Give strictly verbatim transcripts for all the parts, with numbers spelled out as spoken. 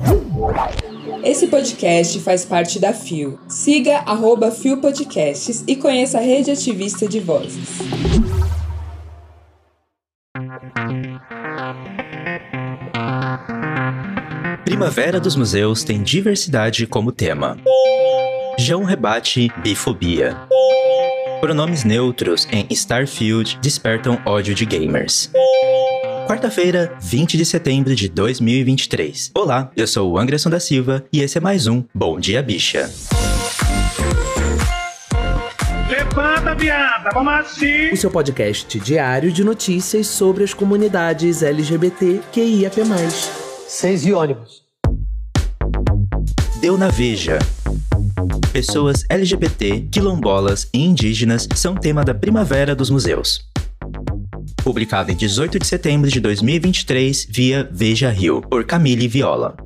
Esse podcast faz parte da F I O. Siga arroba F I O Podcasts e conheça a rede ativista de vozes. Primavera dos Museus tem diversidade como tema. João rebate bifobia. Pronomes neutros em Starfield despertam ódio de gamers. Quarta-feira, vinte de setembro de dois mil e vinte e três. Olá, eu sou o Anderson da Silva e esse é mais um Bom Dia Bicha. Levanta, viada, vamos assistir! O seu podcast diário de notícias sobre as comunidades L G B T Q I A P mais. Seis e ônibus. Deu na Veja. Pessoas L G B T, quilombolas e indígenas são tema da Primavera dos Museus. Publicado em dezoito de setembro de dois mil e vinte e três via Veja Rio, por Camille Viola.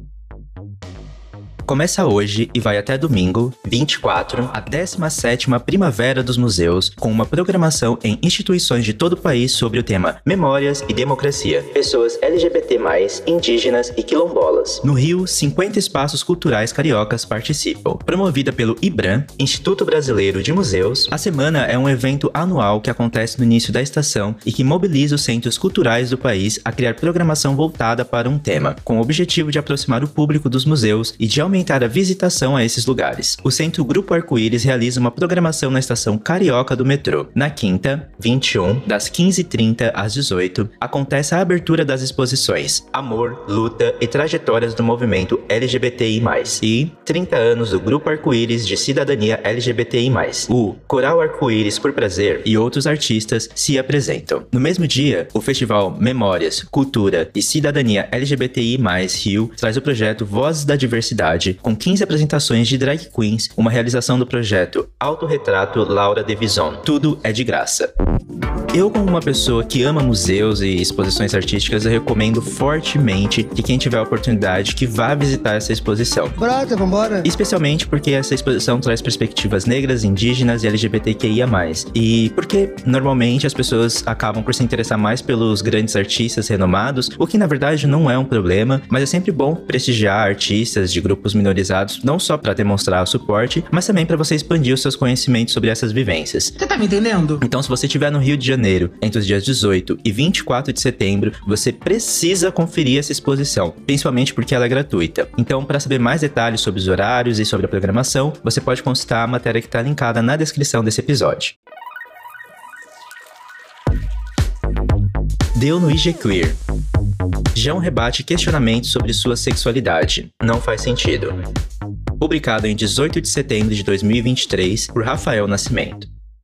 Começa hoje e vai até domingo, vinte e quatro, a décima sétima Primavera dos Museus, com uma programação em instituições de todo o país sobre o tema Memórias e Democracia. Pessoas L G B T mais, indígenas e quilombolas. No Rio, cinquenta espaços culturais cariocas participam. Promovida pelo IBRAM, Instituto Brasileiro de Museus, a semana é um evento anual que acontece no início da estação e que mobiliza os centros culturais do país a criar programação voltada para um tema, com o objetivo de aproximar o público dos museus e de aumentar a visitação a esses lugares. O Centro Grupo Arco-Íris realiza uma programação na estação Carioca do metrô. Na quinta, vinte e um, das quinze e trinta às dezoito, acontece a abertura das exposições Amor, Luta e Trajetórias do Movimento L G B T I mais, e trinta anos do Grupo Arco-Íris de Cidadania L G B T I mais. O Coral Arco-Íris por Prazer e outros artistas se apresentam. No mesmo dia, o Festival Memórias, Cultura e Cidadania L G B T I mais, Rio traz o projeto Vozes da Diversidade, com quinze apresentações de drag queens, uma realização do projeto Autorretrato Laura Devison. Tudo é de graça. Eu, como uma pessoa que ama museus e exposições artísticas, eu recomendo fortemente que quem tiver a oportunidade que vá visitar essa exposição. Brota, vambora! Especialmente porque essa exposição traz perspectivas negras, indígenas e L G B T Q I A mais. E porque, normalmente, as pessoas acabam por se interessar mais pelos grandes artistas renomados, o que, na verdade, não é um problema, mas é sempre bom prestigiar artistas de grupos minorizados, não só para demonstrar o suporte, mas também para você expandir os seus conhecimentos sobre essas vivências. Você tá me entendendo? Então, se você estiver no Rio de Janeiro, entre os dias dezoito e vinte e quatro de setembro, você precisa conferir essa exposição, principalmente porque ela é gratuita. Então, para saber mais detalhes sobre os horários e sobre a programação, você pode consultar a matéria que está linkada na descrição desse episódio. Deu no I G Queer. João rebate questionamentos sobre sua sexualidade. Não faz sentido. Publicado em dezoito de setembro de dois mil e vinte e três por Rafael Nascimento.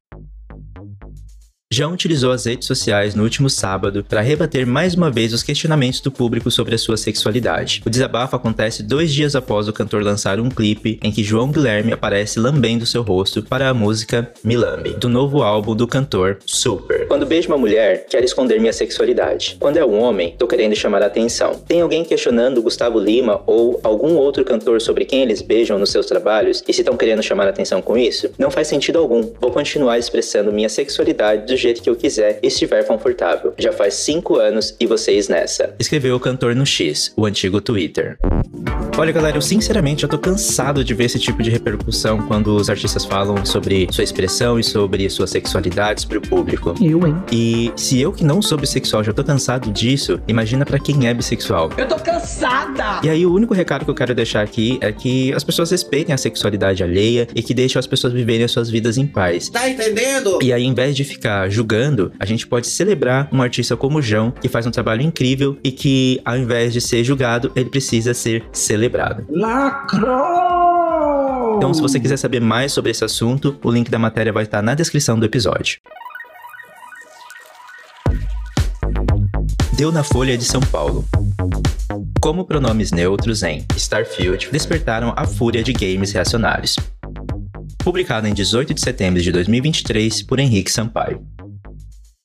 João utilizou as redes sociais no último sábado para rebater mais uma vez os questionamentos do público sobre a sua sexualidade. O desabafo acontece dois dias após o cantor lançar um clipe em que João Guilherme aparece lambendo seu rosto para a música Me Lambe, do novo álbum do cantor Super. Quando beijo uma mulher, quero esconder minha sexualidade. Quando é um homem, tô querendo chamar a atenção. Tem alguém questionando Gustavo Lima ou algum outro cantor sobre quem eles beijam nos seus trabalhos e se estão querendo chamar a atenção com isso? Não faz sentido algum. Vou continuar expressando minha sexualidade do jeito que eu quiser e estiver confortável. Já faz cinco anos e vocês nessa. Escreveu o cantor no X, o antigo Twitter. Olha, galera, eu sinceramente já tô cansado de ver esse tipo de repercussão quando os artistas falam sobre sua expressão e sobre suas sexualidades pro público. Eu, hein? E se eu que não sou bissexual já tô cansado disso, imagina pra quem é bissexual. Eu tô cansada! E aí o único recado que eu quero deixar aqui é que as pessoas respeitem a sexualidade alheia e que deixem as pessoas viverem as suas vidas em paz. Tá entendendo? E aí, em vez de ficar julgando, a gente pode celebrar um artista como o João, que faz um trabalho incrível e que, ao invés de ser julgado, ele precisa ser celebrado. Lacrou! Então, se você quiser saber mais sobre esse assunto, o link da matéria vai estar na descrição do episódio. Deu na Folha de São Paulo. Como pronomes neutros em Starfield despertaram a fúria de games reacionários. Publicado em dezoito de setembro de dois mil e vinte e três por Henrique Sampaio.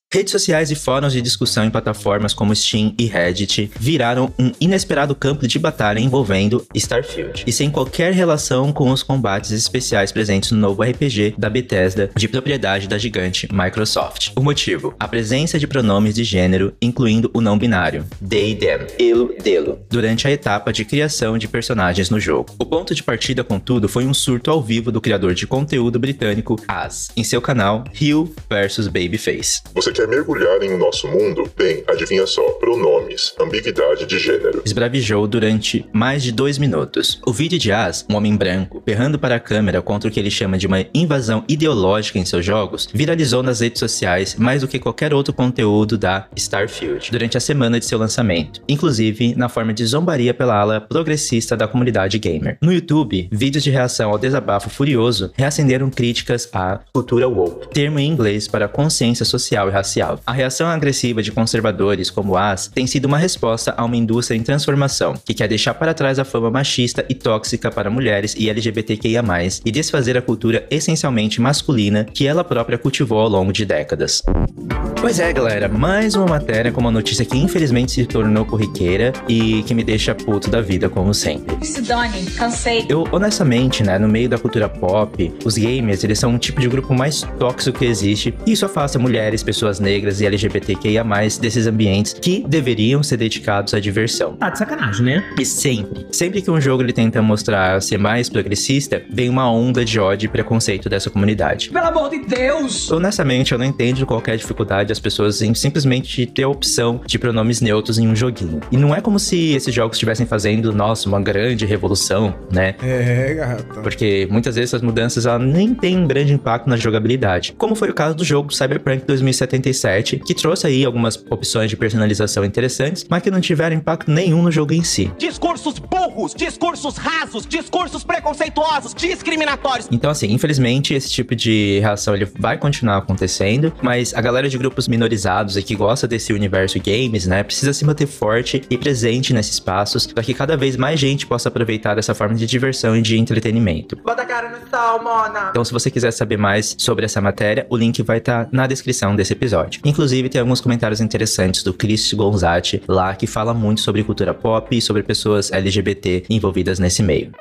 Redes sociais e fóruns de discussão em plataformas como Steam e Reddit viraram um inesperado campo de batalha envolvendo Starfield, e sem qualquer relação com os combates especiais presentes no novo R P G da Bethesda, de propriedade da gigante Microsoft. O motivo? A presença de pronomes de gênero, incluindo o não binário, they, them, ele, delo, durante a etapa de criação de personagens no jogo. O ponto de partida, contudo, foi um surto ao vivo do criador de conteúdo britânico As, em seu canal Hugh versus Babyface. Você quer mergulhar em o nosso mundo? Bem, adivinha só, pronomes, ambiguidade de gênero. Esbravejou durante mais de dois minutos. O vídeo de As, um homem branco, berrando para a câmera contra o que ele chama de uma invasão ideológica em seus jogos, viralizou nas redes sociais mais do que qualquer outro conteúdo da Starfield durante a semana de seu lançamento, inclusive na forma de zombaria pela ala progressista da comunidade gamer. No YouTube, vídeos de reação ao desabafo furioso reacenderam críticas à cultura woke, termo em inglês para consciência social e racial. A reação agressiva de conservadores como As tem sido uma resposta a uma indústria em transformação, que quer deixar para trás a fama machista e tóxica para mulheres e L G B T Q I A mais, e desfazer a cultura essencialmente masculina que ela própria cultivou ao longo de décadas. Pois é, galera, mais uma matéria com uma notícia que infelizmente se tornou corriqueira e que me deixa puto da vida, como sempre. Se dane, cansei. Eu, honestamente, né, no meio da cultura pop, os gamers, eles são um tipo de grupo mais tóxico que existe, e isso afasta mulheres, pessoas negras e L G B T Q I A mais, desses ambientes que deveriam ser dedicados à diversão. Tá de sacanagem, né? E sempre, sempre que um jogo ele tenta mostrar ser mais progressista, vem uma onda de ódio e preconceito dessa comunidade. Pelo amor de Deus! Honestamente, eu não entendo qual que é a dificuldade das pessoas em simplesmente ter a opção de pronomes neutros em um joguinho. E não é como se esses jogos estivessem fazendo, nossa, uma grande revolução, né? É, gata. Porque muitas vezes essas mudanças ela nem têm um grande impacto na jogabilidade. Como foi o caso do jogo Cyberpunk dois mil e setenta e sete, que trouxe aí algumas opções de personalização interessantes, mas que não tiveram impacto nenhum no jogo em si. Discursos burros, discursos rasos, discursos preconceituosos, discriminatórios. Então, assim, infelizmente, esse tipo de reação ele vai continuar acontecendo, mas a galera de grupos minorizados e que gosta desse universo games, né, precisa se manter forte e presente nesses espaços para que cada vez mais gente possa aproveitar dessa forma de diversão e de entretenimento. Bota a cara no sol, mona. Então, se você quiser saber mais sobre essa matéria, o link vai estar na descrição desse episódio. Inclusive, tem alguns comentários interessantes do Chris Gonzatti lá, que fala muito sobre cultura pop e sobre pessoas L G B T envolvidas nesse meio.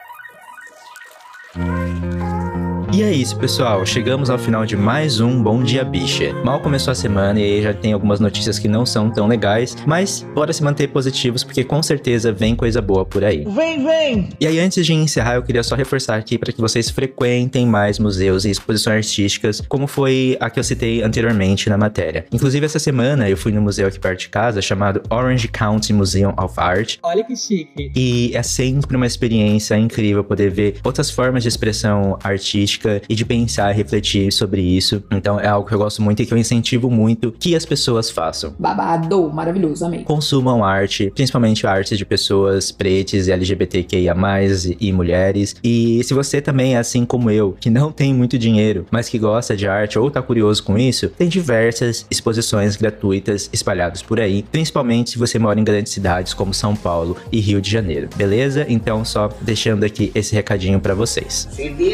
E é isso, pessoal. Chegamos ao final de mais um Bom Dia Bicha. Mal começou a semana e aí já tem algumas notícias que não são tão legais, mas bora se manter positivos porque com certeza vem coisa boa por aí. Vem, vem! E aí, antes de encerrar, eu queria só reforçar aqui para que vocês frequentem mais museus e exposições artísticas, como foi a que eu citei anteriormente na matéria. Inclusive, essa semana eu fui no museu aqui perto de casa, chamado Orange County Museum of Art. Olha que chique. E é sempre uma experiência incrível poder ver outras formas de expressão artística e de pensar e refletir sobre isso. Então é algo que eu gosto muito e que eu incentivo muito que as pessoas façam. Babado, maravilhoso, amei. Consumam arte, principalmente arte de pessoas pretas e L G B T Q I A mais, e, e mulheres. E se você também é assim como eu, que não tem muito dinheiro, mas que gosta de arte ou tá curioso com isso, tem diversas exposições gratuitas espalhadas por aí, principalmente se você mora em grandes cidades como São Paulo e Rio de Janeiro, beleza? Então só deixando aqui esse recadinho pra vocês.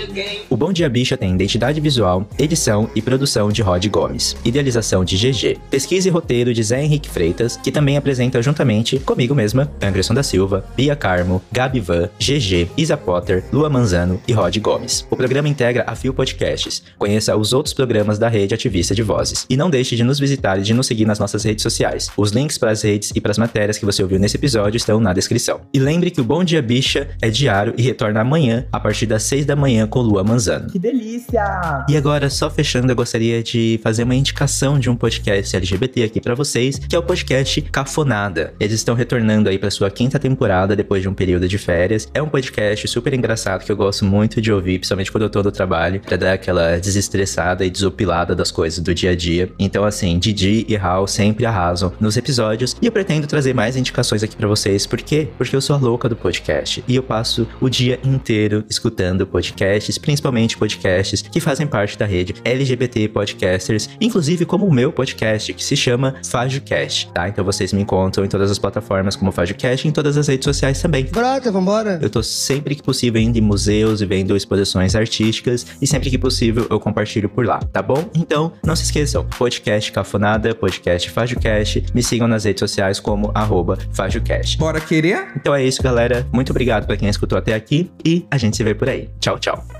O Bom Dia Bicha tem identidade visual, edição e produção de Rod Gomes, idealização de G G, pesquisa e roteiro de Zé Henrique Freitas, que também apresenta juntamente comigo mesma, Anderson da Silva, Bia Carmo, Gabi Van, G G, Isa Potter, Lua Manzano e Rod Gomes. O programa integra a Fio Podcasts. Conheça os outros programas da rede ativista de vozes. E não deixe de nos visitar e de nos seguir nas nossas redes sociais. Os links para as redes e para as matérias que você ouviu nesse episódio estão na descrição. E lembre que o Bom Dia Bicha é diário e retorna amanhã, a partir das seis da manhã com Lua Manzano. Que delícia! E agora, só fechando, eu gostaria de fazer uma indicação de um podcast L G B T aqui pra vocês, que é o podcast Cafonada. Eles estão retornando aí pra sua quinta temporada, depois de um período de férias. É um podcast super engraçado que eu gosto muito de ouvir, principalmente quando eu tô no trabalho, pra dar aquela desestressada e desopilada das coisas do dia a dia. Então, assim, Didi e Hal sempre arrasam nos episódios, e eu pretendo trazer mais indicações aqui pra vocês. Por quê? Porque eu sou a louca do podcast, e eu passo o dia inteiro escutando podcasts, principalmente vinte podcasts que fazem parte da rede L G B T Podcasters, inclusive como o meu podcast, que se chama FajoCast, tá? Então vocês me encontram em todas as plataformas como FajoCast e em todas as redes sociais também. Brota, vambora. Eu tô sempre que possível indo em museus e vendo exposições artísticas e sempre que possível eu compartilho por lá, tá bom? Então, não se esqueçam, podcast Cafonada, podcast FajoCast, me sigam nas redes sociais como arroba FajoCast. Bora querer? Então é isso, galera. Muito obrigado pra quem escutou até aqui e a gente se vê por aí. Tchau, tchau.